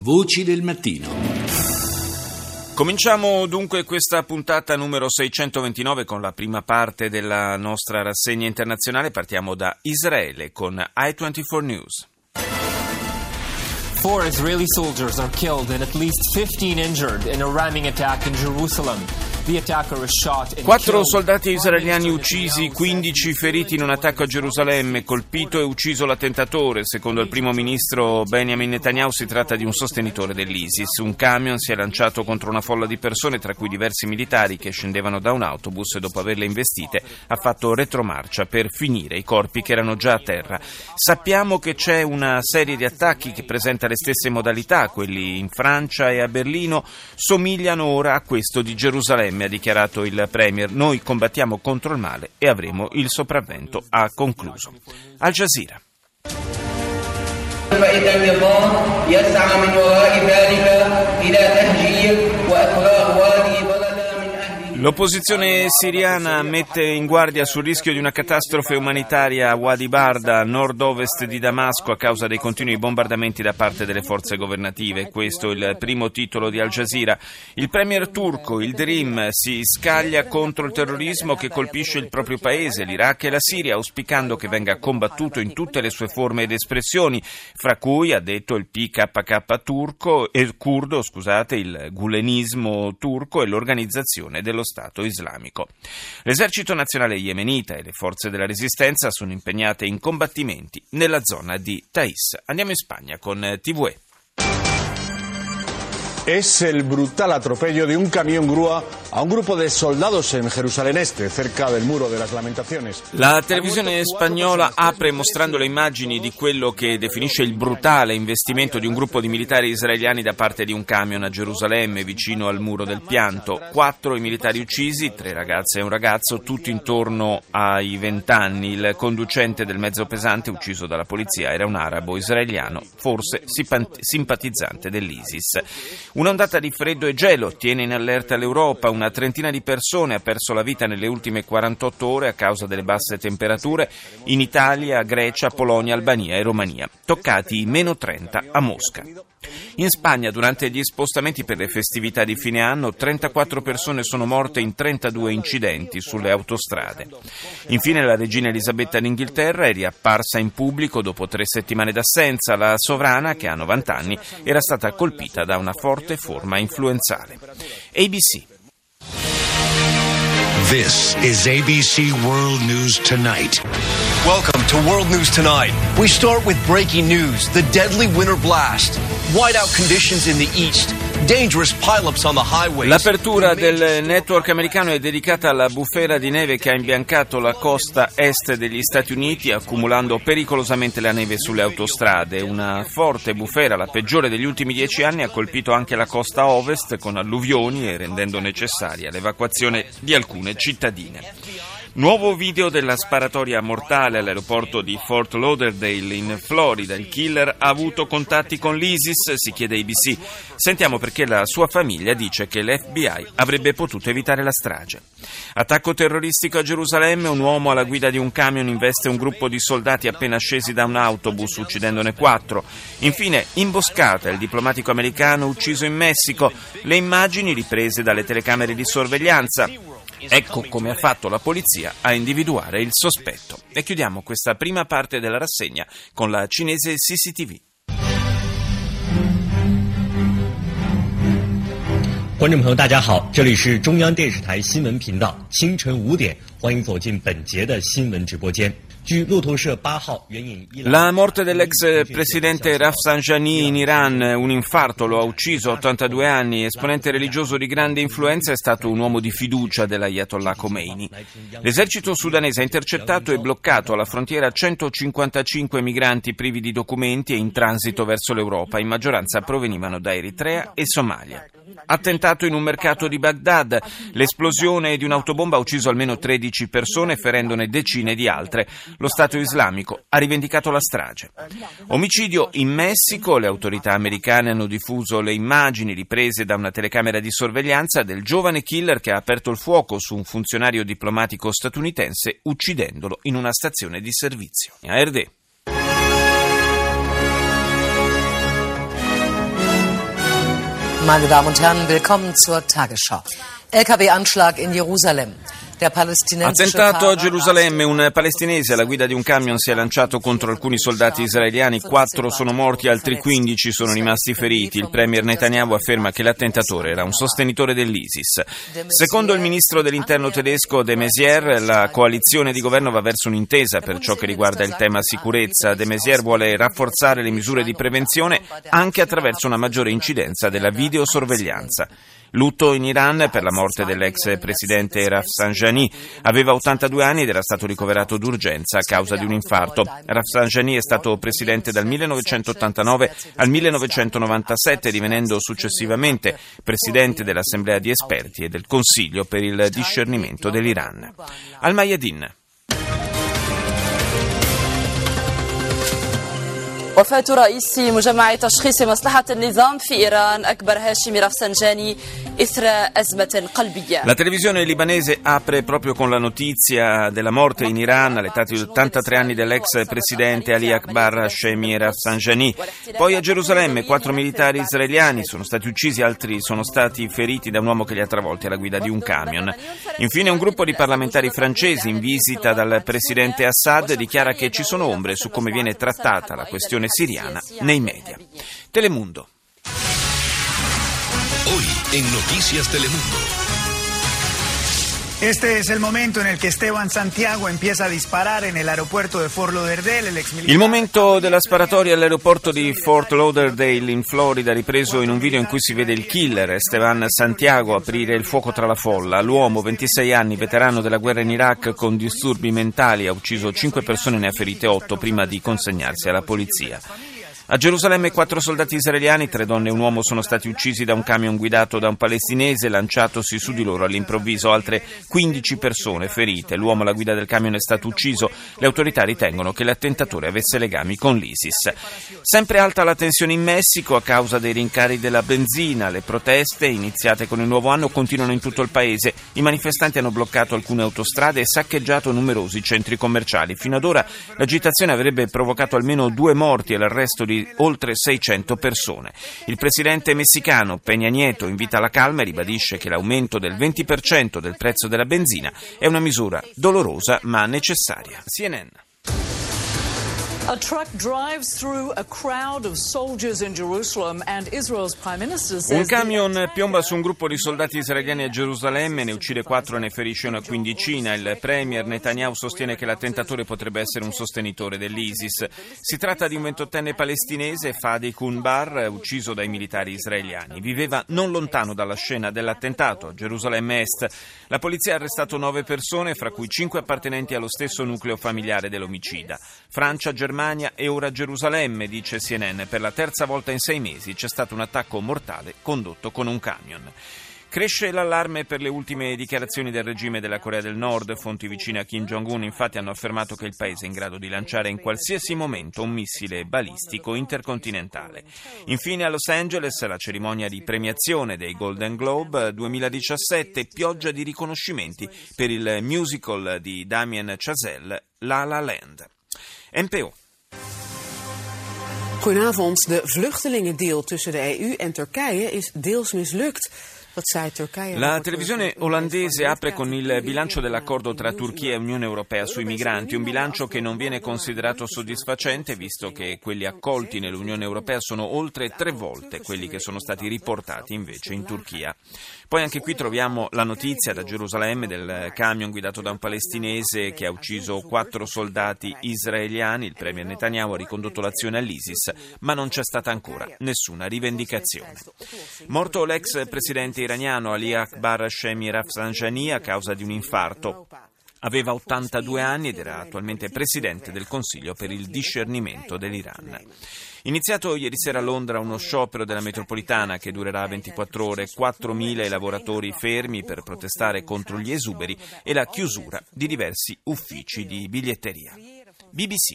Voci del mattino. Cominciamo dunque questa puntata numero 629 con la prima parte della nostra rassegna internazionale. Partiamo da Israele con I24 News. 4 Israeli soldiers are killed and at least 15 injured in a ramming attack in Jerusalem. 4 soldati israeliani uccisi, 15 feriti in un attacco a Gerusalemme. Colpito e ucciso l'attentatore. Secondo il primo ministro Benjamin Netanyahu si tratta di un sostenitore dell'ISIS. Un camion si è lanciato contro una folla di persone, tra cui diversi militari che scendevano da un autobus e dopo averle investite ha fatto retromarcia per finire i corpi che erano già a terra. Sappiamo che c'è una serie di attacchi che presenta le stesse modalità. Quelli in Francia e a Berlino somigliano ora a questo di Gerusalemme, ha dichiarato il premier. Noi combattiamo contro il male e avremo il sopravvento, ha concluso. Al Jazeera. L'opposizione siriana mette in guardia sul rischio di una catastrofe umanitaria a Wadi Barda, a nord-ovest di Damasco, a causa dei continui bombardamenti da parte delle forze governative. Questo è il primo titolo di Al Jazeera. Il premier turco, Yildirim, si scaglia contro il terrorismo che colpisce il proprio paese, l'Iraq e la Siria, auspicando che venga combattuto in tutte le sue forme ed espressioni, fra cui, ha detto, il PKK turco e curdo, il gulenismo turco e l'organizzazione dello Stato islamico. L'esercito nazionale yemenita e le forze della resistenza sono impegnate in combattimenti nella zona di Taiz. Andiamo in Spagna con TVE. Es el brutal atropello de un camión grúa a un grupo de soldados en Jerusalén Este, cerca del Muro de las Lamentaciones. La televisione spagnola apre mostrando le immagini di quello che definisce il brutale investimento di un gruppo di militari israeliani da parte di un camion a Gerusalemme, vicino al Muro del Pianto. 4 i militari uccisi, 3 ragazze e un ragazzo, tutti intorno ai 20 anni. Il conducente del mezzo pesante, ucciso dalla polizia, era un arabo israeliano, forse simpatizzante dell'ISIS. Un'ondata di freddo e gelo tiene in allerta l'Europa. Una trentina di persone ha perso la vita nelle ultime 48 ore a causa delle basse temperature in Italia, Grecia, Polonia, Albania e Romania. Toccati i meno 30 a Mosca. In Spagna, durante gli spostamenti per le festività di fine anno, 34 persone sono morte in 32 incidenti sulle autostrade. Infine, la regina Elisabetta d'Inghilterra è riapparsa in pubblico dopo 3 settimane d'assenza. La sovrana, che ha 90 anni, era stata colpita da una forte forma influenzale. ABC. This is ABC World News Tonight. Welcome to World News Tonight. We start with breaking news, the deadly winter blast, whiteout conditions in the east, dangerous pileups on the highways. L'apertura del network americano è dedicata alla bufera di neve che ha imbiancato la costa est degli Stati Uniti, accumulando pericolosamente la neve sulle autostrade. Una forte bufera, la peggiore degli ultimi 10 anni, ha colpito anche la costa ovest con alluvioni e rendendo necessaria l'evacuazione di alcune cittadine. Nuovo video della sparatoria mortale all'aeroporto di Fort Lauderdale in Florida. Il killer ha avuto contatti con l'ISIS, si chiede ABC. Sentiamo perché la sua famiglia dice che l'FBI avrebbe potuto evitare la strage. Attacco terroristico a Gerusalemme. Un uomo alla guida di un camion investe un gruppo di soldati appena scesi da un autobus, uccidendone 4. Infine, imboscata, il diplomatico americano ucciso in Messico. Le immagini riprese dalle telecamere di sorveglianza. Ecco come ha fatto la polizia a individuare il sospetto. E chiudiamo questa prima parte della rassegna con la cinese CCTV. 观众朋友大家好，这里是中央电视台新闻频道，清晨5点，欢迎走进本节的新闻直播间。 La morte dell'ex presidente Rafsanjani in Iran, un infarto lo ha ucciso a 82 anni, esponente religioso di grande influenza, è stato un uomo di fiducia dell'Ayatollah Khomeini. L'esercito sudanese ha intercettato e bloccato alla frontiera 155 migranti privi di documenti e in transito verso l'Europa, in maggioranza provenivano da Eritrea e Somalia. Attentato in un mercato di Baghdad, l'esplosione di un'autobomba ha ucciso almeno 13 persone, ferendone decine di altre. Lo Stato islamico ha rivendicato la strage. Omicidio in Messico. Le autorità americane hanno diffuso le immagini riprese da una telecamera di sorveglianza del giovane killer che ha aperto il fuoco su un funzionario diplomatico statunitense, uccidendolo in una stazione di servizio. ARD. Meine Damen und Herren, willkommen zur Tagesschau. LKW-Anschlag in Jerusalem. Attentato a Gerusalemme, un palestinese alla guida di un camion si è lanciato contro alcuni soldati israeliani, 4 sono morti, altri 15 sono rimasti feriti. Il premier Netanyahu afferma che l'attentatore era un sostenitore dell'ISIS. Secondo il ministro dell'interno tedesco de Maizière, la coalizione di governo va verso un'intesa per ciò che riguarda il tema sicurezza. De Maizière vuole rafforzare le misure di prevenzione anche attraverso una maggiore incidenza della videosorveglianza. Lutto in Iran per la morte dell'ex presidente Rafsanjani. Aveva 82 anni ed era stato ricoverato d'urgenza a causa di un infarto. Rafsanjani è stato presidente dal 1989 al 1997, divenendo successivamente presidente dell'Assemblea di esperti e del Consiglio per il discernimento dell'Iran. Al-Mayadin. وفاة رئيس مجمع تشخيص مصلحة النظام في إيران أكبر هاشمي رفسنجاني إثر أزمة قلبية. La televisione libanese apre proprio con la notizia della morte in Iran all'età di 83 anni dell'ex presidente Ali Akbar Hashemi Rafsanjani. Poi a Gerusalemme 4 militari israeliani sono stati uccisi, altri sono stati feriti da un uomo che li ha travolti alla guida di un camion. Infine un gruppo di parlamentari francesi in visita dal presidente Assad dichiara che ci sono ombre su come viene trattata la questione siriana nei media. Telemundo. Hoy en Noticias Telemundo. Este es el momento en el que Esteban Santiago empieza a disparar en el aeropuerto de Fort Lauderdale. Il momento della sparatoria all'aeroporto di Fort Lauderdale in Florida, ripreso in un video in cui si vede il killer Esteban Santiago aprire il fuoco tra la folla. L'uomo, 26 anni, veterano della guerra in Iraq con disturbi mentali, ha ucciso 5 persone e ne ha ferite 8 prima di consegnarsi alla polizia. A Gerusalemme 4 soldati israeliani, 3 donne e un uomo sono stati uccisi da un camion guidato da un palestinese lanciatosi su di loro all'improvviso, altre 15 persone ferite. L'uomo alla guida del camion è stato ucciso. Le autorità ritengono che l'attentatore avesse legami con l'ISIS. Sempre alta la tensione in Messico a causa dei rincari della benzina. Le proteste, iniziate con il nuovo anno, continuano in tutto il paese. I manifestanti hanno bloccato alcune autostrade e saccheggiato numerosi centri commerciali. Fino ad ora l'agitazione avrebbe provocato almeno 2 morti e l'arresto di oltre 600 persone. Il presidente messicano Peña Nieto invita alla calma e ribadisce che l'aumento del 20% del prezzo della benzina è una misura dolorosa ma necessaria. CNN. A truck drives through a crowd of soldiers in Jerusalem and Israel's prime minister says un camion piomba su un gruppo di soldati israeliani a Gerusalemme, ne uccide 4 e ne ferisce una quindicina. Il premier Netanyahu sostiene che l'attentatore potrebbe essere un sostenitore dell'ISIS. Si tratta di un 28enne palestinese, Fadi Kunbar, ucciso dai militari israeliani. Viveva non lontano dalla scena dell'attentato, a Gerusalemme Est. La polizia ha arrestato 9 persone, fra cui 5 appartenenti allo stesso nucleo familiare dell'omicida. Francia, Germania e ora Gerusalemme, dice CNN. Per la terza volta in 6 mesi c'è stato un attacco mortale condotto con un camion. Cresce l'allarme per le ultime dichiarazioni del regime della Corea del Nord. Fonti vicine a Kim Jong-un infatti hanno affermato che il paese è in grado di lanciare in qualsiasi momento un missile balistico intercontinentale. Infine a Los Angeles la cerimonia di premiazione dei Golden Globe 2017, pioggia di riconoscimenti per il musical di Damien Chazelle, La La Land. NPO. Goedenavond. De vluchtelingendeal tussen de EU en Turkije is deels mislukt. La televisione olandese apre con il bilancio dell'accordo tra Turchia e Unione Europea sui migranti, un bilancio che non viene considerato soddisfacente visto che quelli accolti nell'Unione Europea sono oltre 3 volte quelli che sono stati riportati invece in Turchia. Poi anche qui troviamo la notizia da Gerusalemme del camion guidato da un palestinese che ha ucciso 4 soldati israeliani. Il premier Netanyahu ha ricondotto l'azione all'ISIS, ma non c'è stata ancora nessuna rivendicazione. Morto l'ex presidente iraniano Ali Akbar Hashemi Rafsanjani a causa di un infarto. Aveva 82 anni ed era attualmente presidente del Consiglio per il discernimento dell'Iran. Iniziato ieri sera a Londra uno sciopero della metropolitana che durerà 24 ore, 4.000 i lavoratori fermi per protestare contro gli esuberi e la chiusura di diversi uffici di biglietteria. BBC.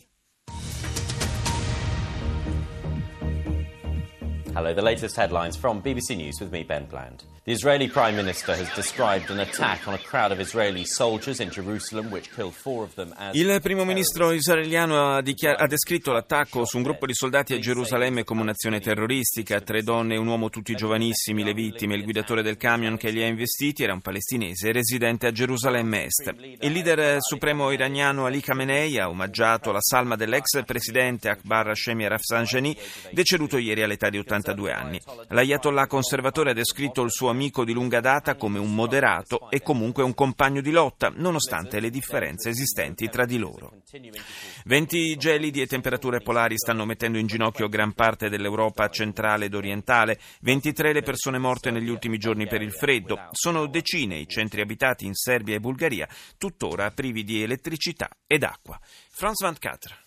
Hello, the latest headlines from BBC News with me, Ben Bland. The Israeli Prime Minister has described an attack on a crowd of Israeli soldiers in Jerusalem, which killed 4 of them as... Il primo ministro israeliano ha descritto l'attacco su un gruppo di soldati a Gerusalemme come un'azione terroristica. 3 donne e un uomo, tutti giovanissimi, le vittime. Il guidatore del camion che li ha investiti era un palestinese residente a Gerusalemme Est. Il leader supremo iraniano Ali Khamenei ha omaggiato la salma dell'ex presidente Akbar Hashemi Rafsanjani, deceduto ieri all'età di 82 anni. L'ayatollah conservatore ha descritto il suo amico di lunga data come un moderato e comunque un compagno di lotta, nonostante le differenze esistenti tra di loro. Venti gelidi e temperature polari stanno mettendo in ginocchio gran parte dell'Europa centrale ed orientale. 23 le persone morte negli ultimi giorni per il freddo. Sono decine i centri abitati in Serbia e Bulgaria, tuttora privi di elettricità ed acqua. France 24.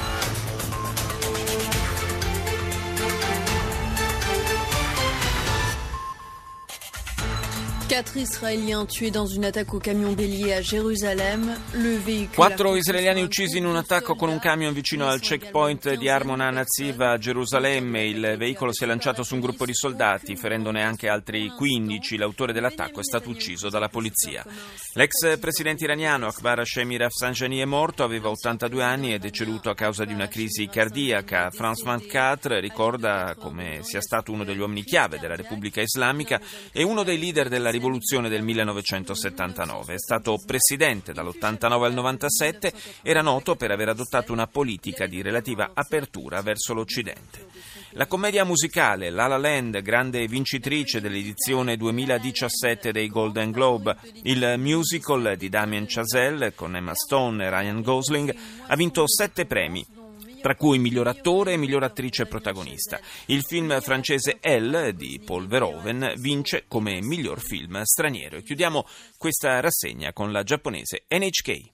4 israéliens tués dans une attaque au camion bélier à Jérusalem. Le véhicule 4 israeliani uccisi in un attacco con un camion vicino al checkpoint di Armona Naziv a Gerusalemme. Il veicolo si è lanciato su un gruppo di soldati, ferendone anche altri 15. L'autore dell'attacco è stato ucciso dalla polizia. L'ex presidente iraniano Akbar Hashemi Rafsanjani è morto, aveva 82 anni e è deceduto a causa di una crisi cardiaca. France 24 ricorda come sia stato uno degli uomini chiave della Repubblica Islamica e uno dei leader della rivoluzione del 1979. È stato presidente dall'89 al 97, era noto per aver adottato una politica di relativa apertura verso l'Occidente. La commedia musicale La La Land, grande vincitrice dell'edizione 2017 dei Golden Globe, il musical di Damien Chazelle con Emma Stone e Ryan Gosling, ha vinto 7 premi, tra cui miglior attore e miglior attrice protagonista. Il film francese Elle di Paul Verhoeven vince come miglior film straniero. E chiudiamo questa rassegna con la giapponese NHK.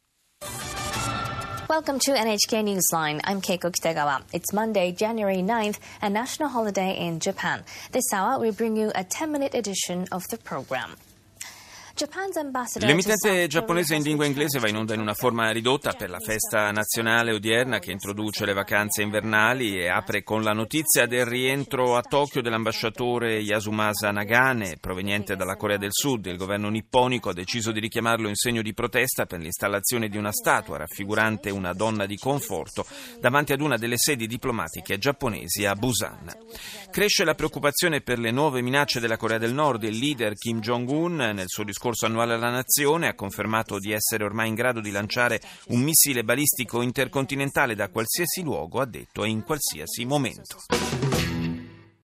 Welcome to NHK Newsline. I'm Keiko Kitagawa. It's Monday, January 9th, a national holiday in Japan. This hour we bring you a 10-minute edition of the program. L'emittente giapponese in lingua inglese va in onda in una forma ridotta per la festa nazionale odierna che introduce le vacanze invernali e apre con la notizia del rientro a Tokyo dell'ambasciatore Yasumasa Nagane, proveniente dalla Corea del Sud. Il governo nipponico ha deciso di richiamarlo in segno di protesta per l'installazione di una statua raffigurante una donna di conforto davanti ad una delle sedi diplomatiche giapponesi a Busan. Cresce la preoccupazione per le nuove minacce della Corea del Nord. Il leader Kim Jong-un nel suo discorso annuale alla nazione ha confermato di essere ormai in grado di lanciare un missile balistico intercontinentale da qualsiasi luogo, ha detto, e in qualsiasi momento.